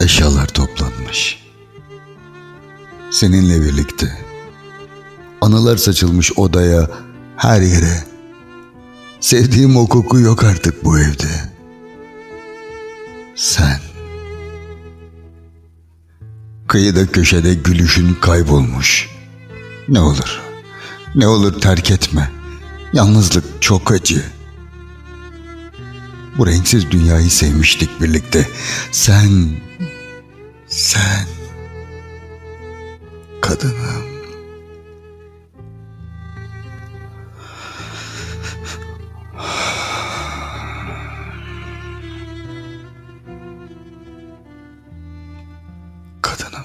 Eşyalar toplanmış. Seninle birlikte. Anılar saçılmış odaya, her yere. Sevdiğim o koku yok artık bu evde. Sen. Kıyıda köşede gülüşün kaybolmuş. Ne olur, ne olur terk etme. Yalnızlık çok acı. Bu renksiz dünyayı sevmiştik birlikte. Sen. Kadınım. Kadınım.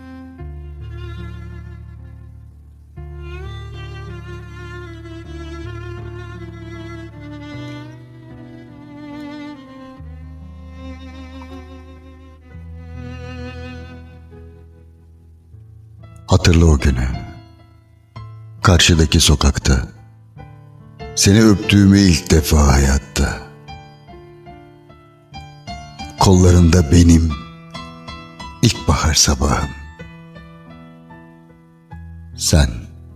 Hatırla o günü. Karşıdaki sokakta. Seni öptüğümü ilk defa hayatta. Kollarında benim ilkbahar sabahım. Sen.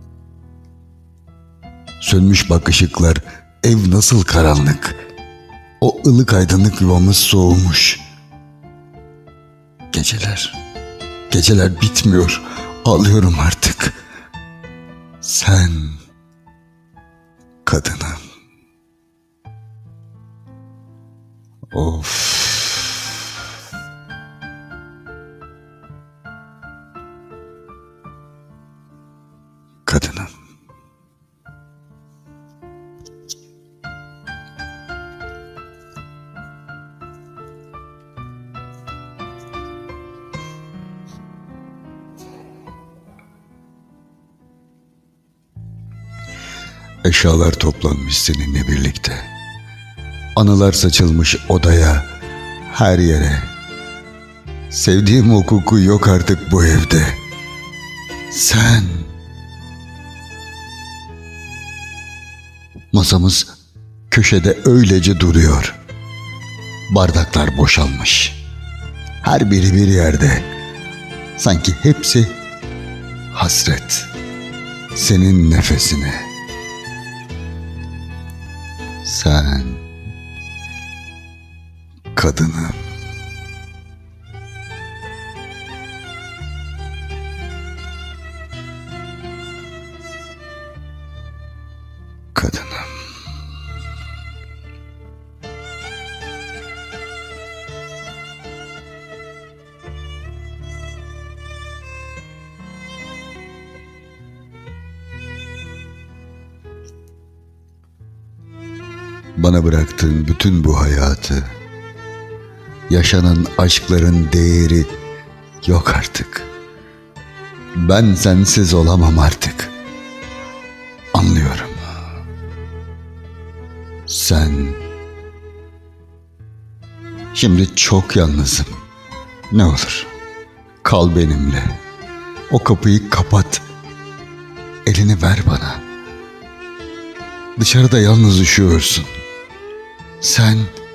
Sönmüş bak ışıklar, ev nasıl karanlık. O ılık aydınlık yuvamız soğumuş. Geceler bitmiyor. Ağlıyorum artık. Sen. Kadınım. Of. Kadınım. Eşyalar toplanmış seninle birlikte. Anılar saçılmış odaya, her yere. Sevdiğim o koku yok artık bu evde. Sen. Masamız köşede öylece duruyor. Bardaklar boşalmış. Her biri bir yerde. Sanki hepsi hasret. Senin nefesine. Sen. Kadınım. Kadınım. Bana bıraktığın bütün bu hayatı, yaşanan aşkların değeri yok artık. Ben sensiz olamam artık. Anlıyorum. Sen. Şimdi çok yalnızım. Ne olur, kal benimle. O kapıyı kapat. Elini ver bana. Dışarıda yalnız üşüyorsun. Sen